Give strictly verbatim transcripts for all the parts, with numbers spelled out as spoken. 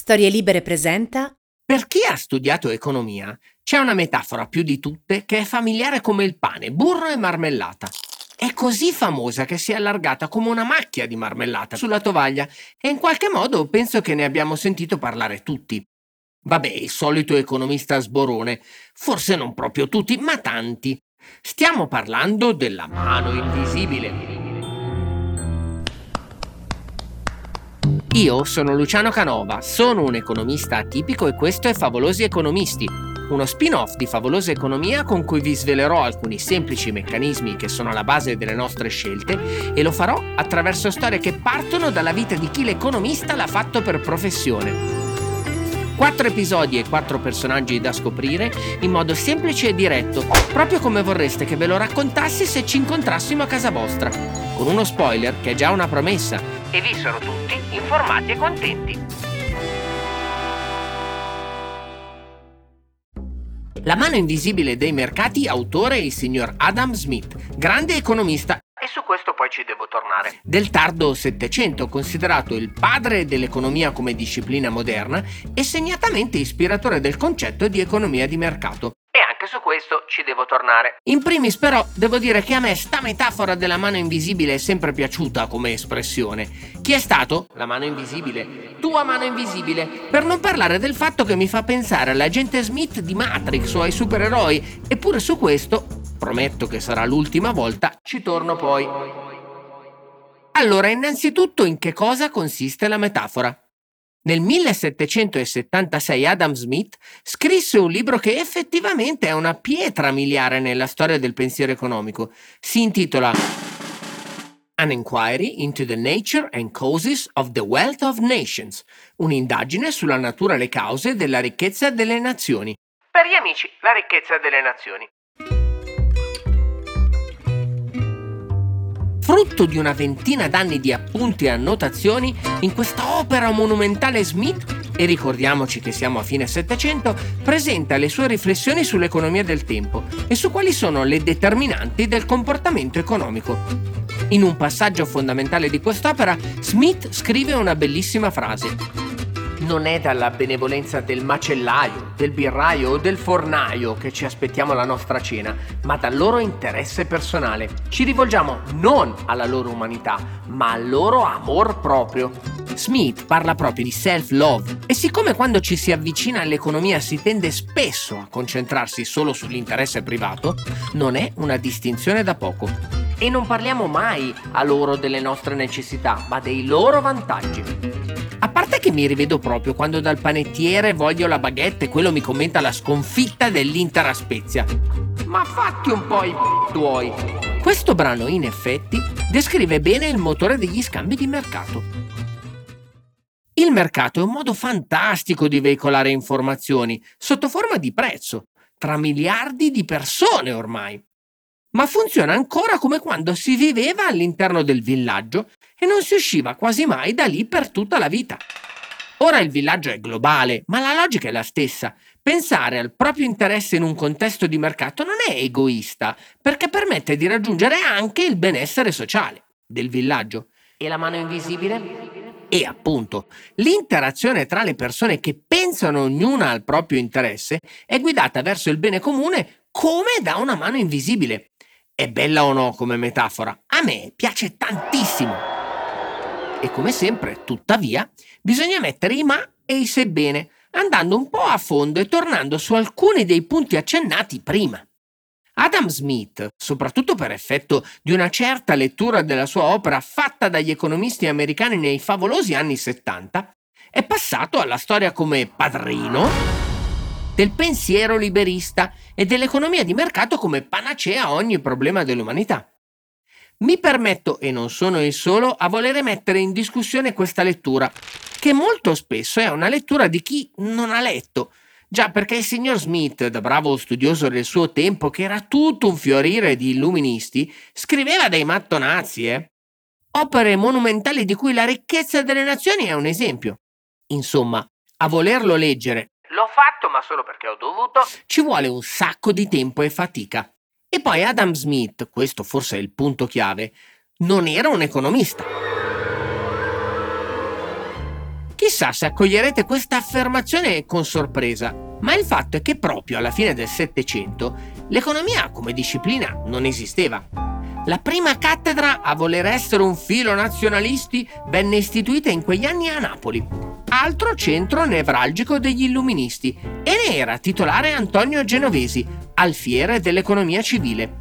Storie Libere presenta. Per chi ha studiato economia, c'è una metafora più di tutte che è familiare come il pane, burro e marmellata. È così famosa che si è allargata come una macchia di marmellata sulla tovaglia e in qualche modo penso che ne abbiamo sentito parlare tutti. Vabbè, il solito economista sborone, forse non proprio tutti, ma tanti. Stiamo parlando della mano invisibile. Io sono Luciano Canova, sono un economista atipico e questo è Favolosi Economisti, uno spin-off di Favolosa Economia con cui vi svelerò alcuni semplici meccanismi che sono alla base delle nostre scelte e lo farò attraverso storie che partono dalla vita di chi l'economista l'ha fatto per professione. Quattro episodi e quattro personaggi da scoprire in modo semplice e diretto, proprio come vorreste che ve lo raccontassi se ci incontrassimo a casa vostra, con uno spoiler che è già una promessa, e vissero tutti informati e contenti. La mano invisibile dei mercati, autore il signor Adam Smith, grande economista, e su questo poi ci devo tornare, del tardo Settecento, considerato il padre dell'economia come disciplina moderna e segnatamente ispiratore del concetto di economia di mercato. E anche su questo ci devo tornare. In primis però devo dire che a me sta metafora della mano invisibile è sempre piaciuta come espressione. Chi è stato? La mano invisibile. Tua mano invisibile. Per non parlare del fatto che mi fa pensare all'agente Smith di Matrix o ai supereroi. Eppure su questo, prometto che sarà l'ultima volta, ci torno poi. Allora, innanzitutto in che cosa consiste la metafora? Nel millesettecentosettantasei Adam Smith scrisse un libro che effettivamente è una pietra miliare nella storia del pensiero economico. Si intitola An Inquiry into the Nature and Causes of the Wealth of Nations, un'indagine sulla natura e le cause della ricchezza delle nazioni. Per gli amici, la ricchezza delle nazioni. Frutto di una ventina d'anni di appunti e annotazioni, in questa opera monumentale Smith, e ricordiamoci che siamo a fine Settecento, presenta le sue riflessioni sull'economia del tempo e su quali sono le determinanti del comportamento economico. In un passaggio fondamentale di quest'opera, Smith scrive una bellissima frase. Non è dalla benevolenza del macellaio, del birraio o del fornaio che ci aspettiamo la nostra cena, ma dal loro interesse personale. Ci rivolgiamo non alla loro umanità, ma al loro amor proprio. Smith parla proprio di self-love e siccome quando ci si avvicina all'economia si tende spesso a concentrarsi solo sull'interesse privato, non è una distinzione da poco. E non parliamo mai a loro delle nostre necessità, ma dei loro vantaggi. A parte che mi rivedo proprio quando dal panettiere voglio la baguette e quello mi commenta la sconfitta dell'Inter a Spezia. Ma fatti un po' i p*** tuoi. Questo brano, in effetti, descrive bene il motore degli scambi di mercato. Il mercato è un modo fantastico di veicolare informazioni, sotto forma di prezzo, tra miliardi di persone ormai. Ma funziona ancora come quando si viveva all'interno del villaggio e non si usciva quasi mai da lì per tutta la vita. Ora il villaggio è globale, ma la logica è la stessa. Pensare al proprio interesse in un contesto di mercato non è egoista, perché permette di raggiungere anche il benessere sociale del villaggio. E la mano invisibile? E appunto, l'interazione tra le persone che pensano ognuna al proprio interesse è guidata verso il bene comune come da una mano invisibile. È bella o no come metafora? A me piace tantissimo. E come sempre, tuttavia, bisogna mettere i ma e i sebbene, andando un po' a fondo e tornando su alcuni dei punti accennati prima. Adam Smith, soprattutto per effetto di una certa lettura della sua opera fatta dagli economisti americani nei favolosi anni settanta, è passato alla storia come padrino del pensiero liberista e dell'economia di mercato come panacea a ogni problema dell'umanità. Mi permetto, e non sono il solo, a volere mettere in discussione questa lettura, che molto spesso è una lettura di chi non ha letto. Già, perché il signor Smith, da bravo studioso del suo tempo, che era tutto un fiorire di illuministi, scriveva dei mattonazzi, eh? Opere monumentali di cui la ricchezza delle nazioni è un esempio. Insomma, a volerlo leggere, l'ho fatto ma solo perché ho dovuto, ci vuole un sacco di tempo e fatica. E poi Adam Smith, questo forse è il punto chiave, non era un economista. Chi Chissà se accoglierete questa affermazione con sorpresa, ma il fatto è che proprio alla fine del Settecento l'economia come disciplina non esisteva. La prima cattedra a voler essere un filo nazionalisti venne istituita in quegli anni a Napoli, altro centro nevralgico degli illuministi, e ne era titolare Antonio Genovesi, alfiere dell'economia civile.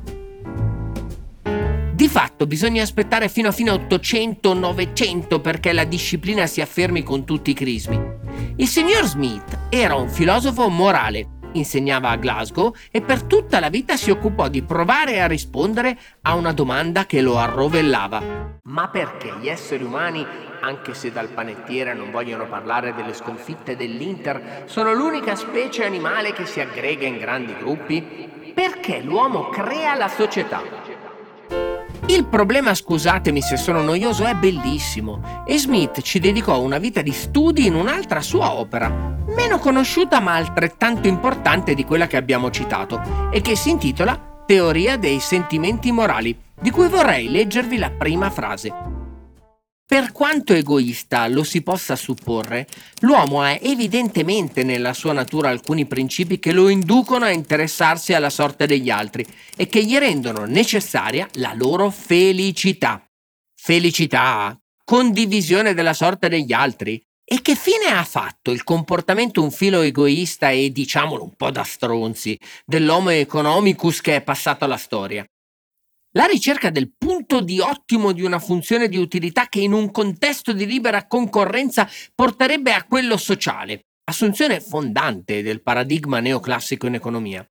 Di fatto bisogna aspettare fino a fine Ottocento Novecento perché la disciplina si affermi con tutti i crismi. Il signor Smith era un filosofo morale, insegnava a Glasgow e per tutta la vita si occupò di provare a rispondere a una domanda che lo arrovellava. Ma perché gli esseri umani, anche se dal panettiere non vogliono parlare delle sconfitte dell'Inter, sono l'unica specie animale che si aggrega in grandi gruppi? Perché l'uomo crea la società? Il problema, scusatemi se sono noioso, è bellissimo e Smith ci dedicò una vita di studi in un'altra sua opera, meno conosciuta ma altrettanto importante di quella che abbiamo citato e che si intitola Teoria dei sentimenti morali, di cui vorrei leggervi la prima frase. Per quanto egoista lo si possa supporre, l'uomo ha evidentemente nella sua natura alcuni principi che lo inducono a interessarsi alla sorte degli altri e che gli rendono necessaria la loro felicità. Felicità, condivisione della sorte degli altri. E che fine ha fatto il comportamento un filo egoista e, diciamolo un po' da stronzi, dell'Homo economicus che è passato alla storia? La ricerca del punto di ottimo di una funzione di utilità che in un contesto di libera concorrenza porterebbe a quello sociale, assunzione fondante del paradigma neoclassico in economia.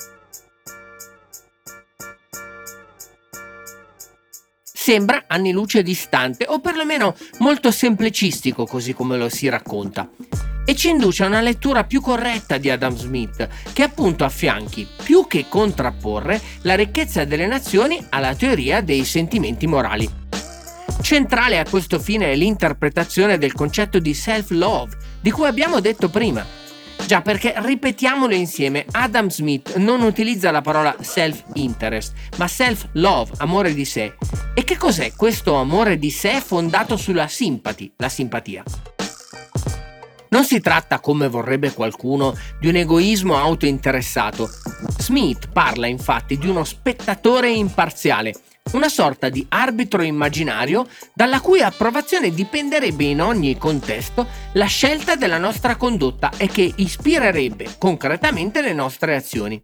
Sembra anni luce distante o perlomeno molto semplicistico così come lo si racconta. E ci induce a una lettura più corretta di Adam Smith, che appunto affianchi, più che contrapporre, la ricchezza delle nazioni alla teoria dei sentimenti morali. Centrale a questo fine è l'interpretazione del concetto di self-love, di cui abbiamo detto prima. Già, perché ripetiamolo insieme, Adam Smith non utilizza la parola self-interest, ma self-love, amore di sé. E che cos'è questo amore di sé fondato sulla sympathy, la simpatia? Non si tratta, come vorrebbe qualcuno, di un egoismo autointeressato. Smith parla infatti di uno spettatore imparziale, una sorta di arbitro immaginario dalla cui approvazione dipenderebbe in ogni contesto la scelta della nostra condotta e che ispirerebbe concretamente le nostre azioni.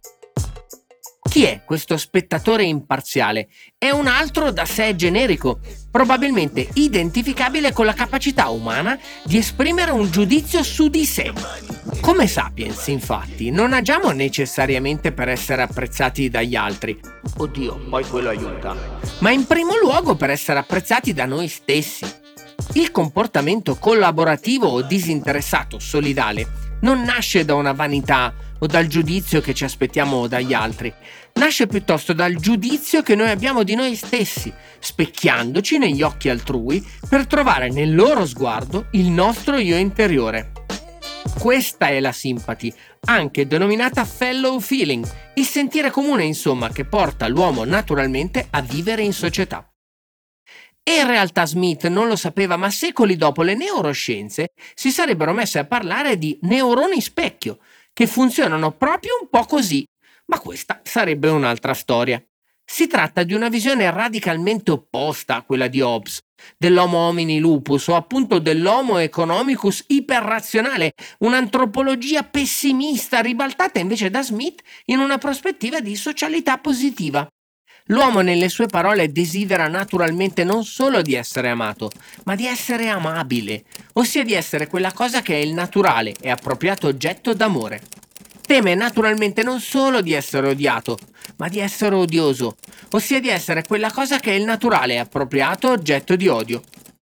Chi è questo spettatore imparziale? È un altro da sé generico, probabilmente identificabile con la capacità umana di esprimere un giudizio su di sé. Come Sapiens, infatti, non agiamo necessariamente per essere apprezzati dagli altri. Oddio, poi quello aiuta. Ma in primo luogo per essere apprezzati da noi stessi. Il comportamento collaborativo o disinteressato, solidale, non nasce da una vanità o dal giudizio che ci aspettiamo dagli altri. Nasce piuttosto dal giudizio che noi abbiamo di noi stessi, specchiandoci negli occhi altrui per trovare nel loro sguardo il nostro io interiore. Questa è la sympathy, anche denominata fellow feeling, il sentire comune insomma che porta l'uomo naturalmente a vivere in società. E in realtà Smith non lo sapeva, ma secoli dopo le neuroscienze si sarebbero messe a parlare di neuroni specchio, che funzionano proprio un po' così, ma questa sarebbe un'altra storia. Si tratta di una visione radicalmente opposta a quella di Hobbes, dell'Homo homini lupus o appunto dell'Homo economicus iperrazionale, un'antropologia pessimista ribaltata invece da Smith in una prospettiva di socialità positiva. L'uomo nelle sue parole desidera naturalmente non solo di essere amato, ma di essere amabile, ossia di essere quella cosa che è il naturale e appropriato oggetto d'amore. Teme naturalmente non solo di essere odiato, ma di essere odioso, ossia di essere quella cosa che è il naturale e appropriato oggetto di odio.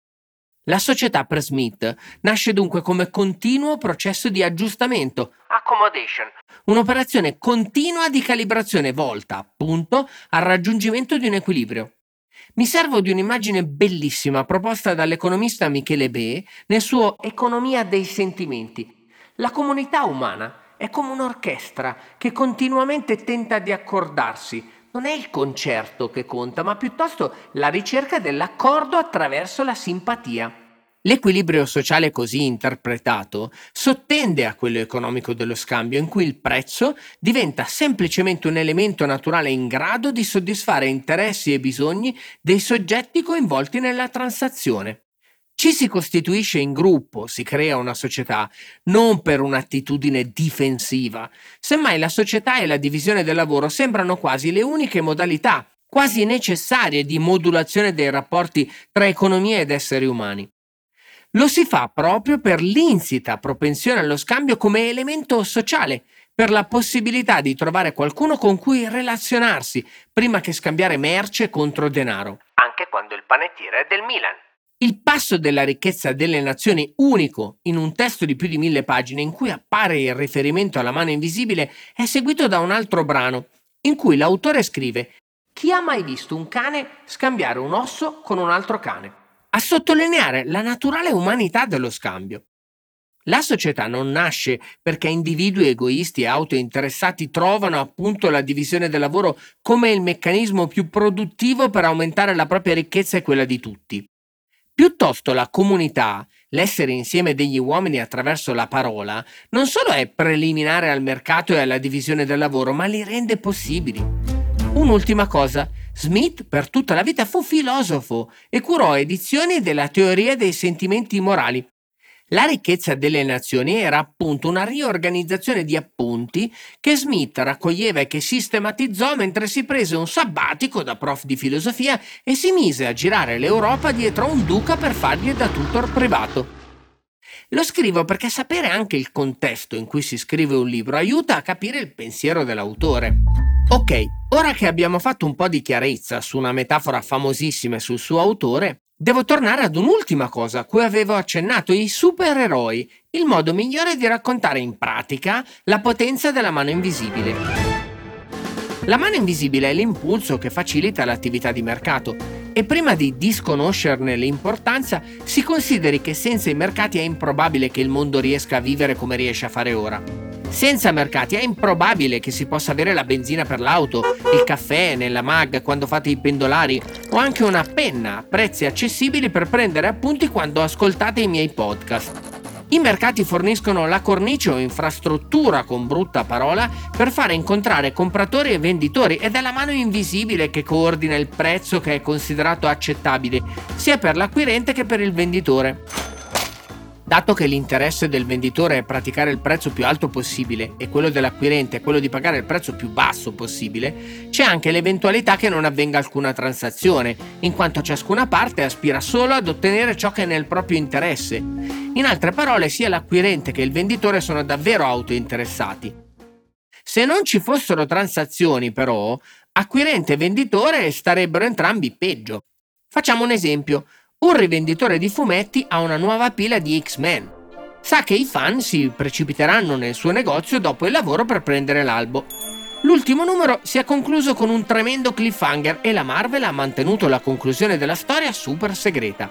La società per Smith nasce dunque come continuo processo di aggiustamento, accommodation, un'operazione continua di calibrazione volta, appunto, al raggiungimento di un equilibrio. Mi servo di un'immagine bellissima proposta dall'economista Michele Bee nel suo Economia dei sentimenti. La comunità umana è come un'orchestra che continuamente tenta di accordarsi. Non è il concerto che conta, ma piuttosto la ricerca dell'accordo attraverso la simpatia. L'equilibrio sociale così interpretato sottende a quello economico dello scambio, in cui il prezzo diventa semplicemente un elemento naturale in grado di soddisfare interessi e bisogni dei soggetti coinvolti nella transazione. Ci si costituisce in gruppo, si crea una società, non per un'attitudine difensiva. Semmai la società e la divisione del lavoro sembrano quasi le uniche modalità, quasi necessarie, di modulazione dei rapporti tra economia ed esseri umani. Lo si fa proprio per l'insita propensione allo scambio come elemento sociale, per la possibilità di trovare qualcuno con cui relazionarsi, prima che scambiare merce contro denaro, anche quando il panettiere è del Milan. Il passo della ricchezza delle nazioni, unico in un testo di più di mille pagine in cui appare il riferimento alla mano invisibile, è seguito da un altro brano, in cui l'autore scrive: «Chi ha mai visto un cane scambiare un osso con un altro cane?» a sottolineare la naturale umanità dello scambio. La società non nasce perché individui egoisti e autointeressati trovano appunto la divisione del lavoro come il meccanismo più produttivo per aumentare la propria ricchezza e quella di tutti. Piuttosto la comunità, l'essere insieme degli uomini attraverso la parola, non solo è preliminare al mercato e alla divisione del lavoro, ma li rende possibili. Un'ultima cosa: Smith per tutta la vita fu filosofo e curò edizioni della teoria dei sentimenti morali. La ricchezza delle nazioni era appunto una riorganizzazione di appunti che Smith raccoglieva e che sistematizzò mentre si prese un sabbatico da prof di filosofia e si mise a girare l'Europa dietro a un duca per fargli da tutor privato. Lo scrivo perché sapere anche il contesto in cui si scrive un libro aiuta a capire il pensiero dell'autore. Ok, ora che abbiamo fatto un po' di chiarezza su una metafora famosissima e sul suo autore, devo tornare ad un'ultima cosa a cui avevo accennato: i supereroi, il modo migliore di raccontare in pratica la potenza della mano invisibile. La mano invisibile è l'impulso che facilita l'attività di mercato e prima di disconoscerne l'importanza si consideri che senza i mercati è improbabile che il mondo riesca a vivere come riesce a fare ora. Senza mercati è improbabile che si possa avere la benzina per l'auto, il caffè nella mag quando fate i pendolari o anche una penna a prezzi accessibili per prendere appunti quando ascoltate i miei podcast. I mercati forniscono la cornice o infrastruttura, con brutta parola, per fare incontrare compratori e venditori, ed è la mano invisibile che coordina il prezzo che è considerato accettabile sia per l'acquirente che per il venditore. Dato che l'interesse del venditore è praticare il prezzo più alto possibile e quello dell'acquirente è quello di pagare il prezzo più basso possibile, c'è anche l'eventualità che non avvenga alcuna transazione, in quanto ciascuna parte aspira solo ad ottenere ciò che è nel proprio interesse. In altre parole, sia l'acquirente che il venditore sono davvero autointeressati. Se non ci fossero transazioni, però, acquirente e venditore starebbero entrambi peggio. Facciamo un esempio. Un rivenditore di fumetti ha una nuova pila di X-Men. Sa che i fan si precipiteranno nel suo negozio dopo il lavoro per prendere l'albo. L'ultimo numero si è concluso con un tremendo cliffhanger e la Marvel ha mantenuto la conclusione della storia super segreta.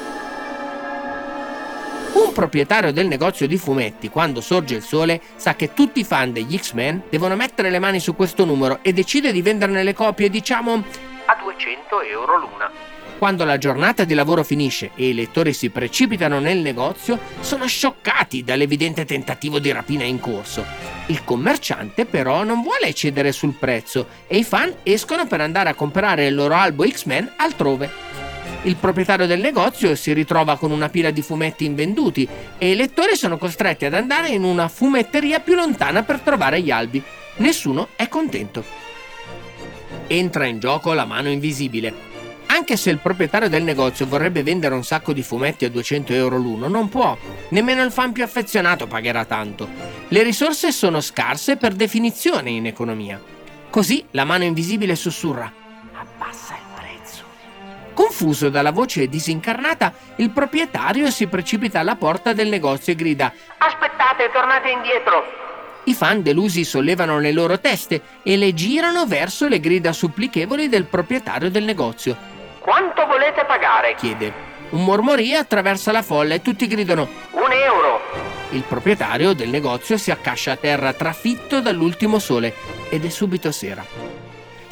Un proprietario del negozio di fumetti, quando sorge il sole, sa che tutti i fan degli X-Men devono mettere le mani su questo numero e decide di venderne le copie, diciamo, a duecento euro l'una. Quando la giornata di lavoro finisce e i lettori si precipitano nel negozio, sono scioccati dall'evidente tentativo di rapina in corso. Il commerciante però non vuole cedere sul prezzo e i fan escono per andare a comprare il loro albo X-Men altrove. Il proprietario del negozio si ritrova con una pila di fumetti invenduti e i lettori sono costretti ad andare in una fumetteria più lontana per trovare gli albi. Nessuno è contento. Entra in gioco la mano invisibile. Anche se il proprietario del negozio vorrebbe vendere un sacco di fumetti a duecento euro l'uno, non può. Nemmeno il fan più affezionato pagherà tanto. Le risorse sono scarse per definizione in economia. Così la mano invisibile sussurra: abbassa il prezzo. Confuso dalla voce disincarnata, il proprietario si precipita alla porta del negozio e grida: aspettate, tornate indietro! I fan delusi sollevano le loro teste e le girano verso le grida supplichevoli del proprietario del negozio. «Quanto volete pagare?» chiede. Un mormorio attraversa la folla e tutti gridano «Un euro!». Il proprietario del negozio si accascia a terra trafitto dall'ultimo sole ed è subito sera.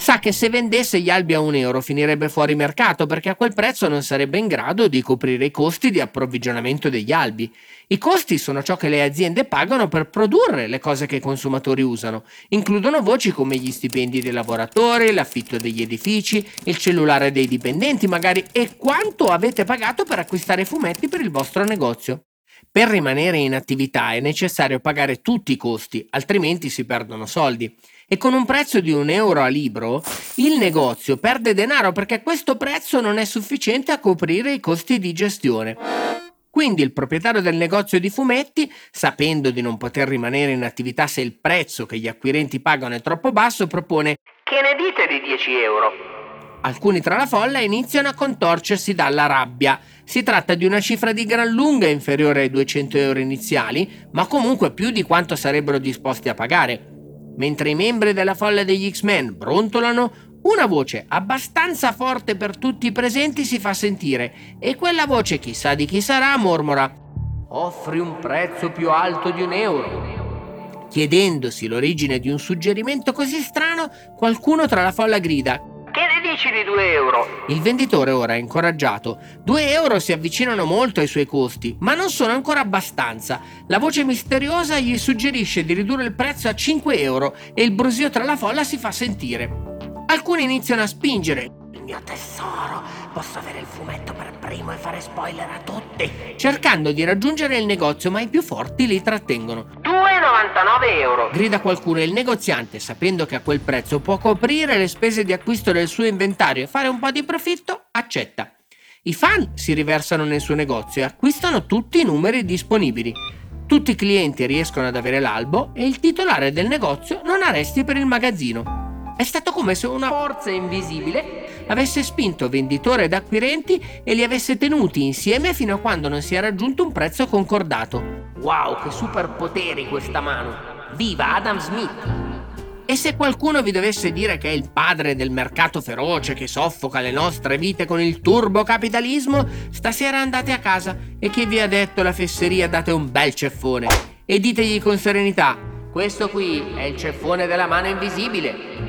sa che se vendesse gli albi a un euro finirebbe fuori mercato, perché a quel prezzo non sarebbe in grado di coprire i costi di approvvigionamento degli albi. I costi sono ciò che le aziende pagano per produrre le cose che i consumatori usano. Includono voci come gli stipendi dei lavoratori, l'affitto degli edifici, il cellulare dei dipendenti magari, e quanto avete pagato per acquistare i fumetti per il vostro negozio. Per rimanere in attività è necessario pagare tutti i costi, altrimenti si perdono soldi. E con un prezzo di un euro a libro, il negozio perde denaro, perché questo prezzo non è sufficiente a coprire i costi di gestione. Quindi il proprietario del negozio di fumetti, sapendo di non poter rimanere in attività se il prezzo che gli acquirenti pagano è troppo basso, propone: che ne dite di dieci euro? Alcuni tra la folla iniziano a contorcersi dalla rabbia. Si tratta di una cifra di gran lunga inferiore ai duecento euro iniziali, ma comunque più di quanto sarebbero disposti a pagare. Mentre i membri della folla degli X-Men brontolano, una voce abbastanza forte per tutti i presenti si fa sentire, e quella voce, chissà di chi sarà, mormora: offri un prezzo più alto di un euro. Chiedendosi l'origine di un suggerimento così strano, qualcuno tra la folla grida: che ne dici di due euro? Il venditore ora è incoraggiato. Due euro si avvicinano molto ai suoi costi, ma non sono ancora abbastanza. La voce misteriosa gli suggerisce di ridurre il prezzo a cinque euro e il brusio tra la folla si fa sentire. Alcuni iniziano a spingere. Il mio tesoro, posso avere il fumetto per primo e fare spoiler a tutti, cercando di raggiungere il negozio, ma i più forti li trattengono. due e novantanove euro, grida qualcuno, e il negoziante, sapendo che a quel prezzo può coprire le spese di acquisto del suo inventario e fare un po' di profitto, accetta. I fan si riversano nel suo negozio e acquistano tutti i numeri disponibili. Tutti i clienti riescono ad avere l'albo e il titolare del negozio non ha resti per il magazzino. È stato come se una forza invisibile avesse spinto venditore ed acquirenti e li avesse tenuti insieme fino a quando non si è raggiunto un prezzo concordato. Wow, che superpoteri questa mano! Viva Adam Smith! E se qualcuno vi dovesse dire che è il padre del mercato feroce che soffoca le nostre vite con il turbocapitalismo, stasera andate a casa e chi vi ha detto la fesseria date un bel ceffone e ditegli con serenità: questo qui è il ceffone della mano invisibile.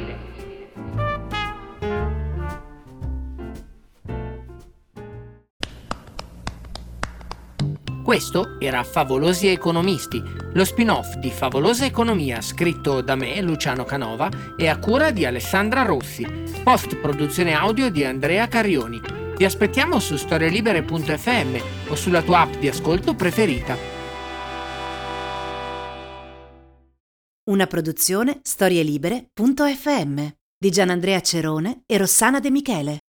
Questo era Favolosi Economisti, lo spin-off di Favolosa Economia, scritto da me, Luciano Canova, e a cura di Alessandra Rossi, post-produzione audio di Andrea Carioni. Ti aspettiamo su storielibere punto effe emme o sulla tua app di ascolto preferita. Una produzione storielibere punto effe emme di Gianandrea Cerone e Rossana De Michele.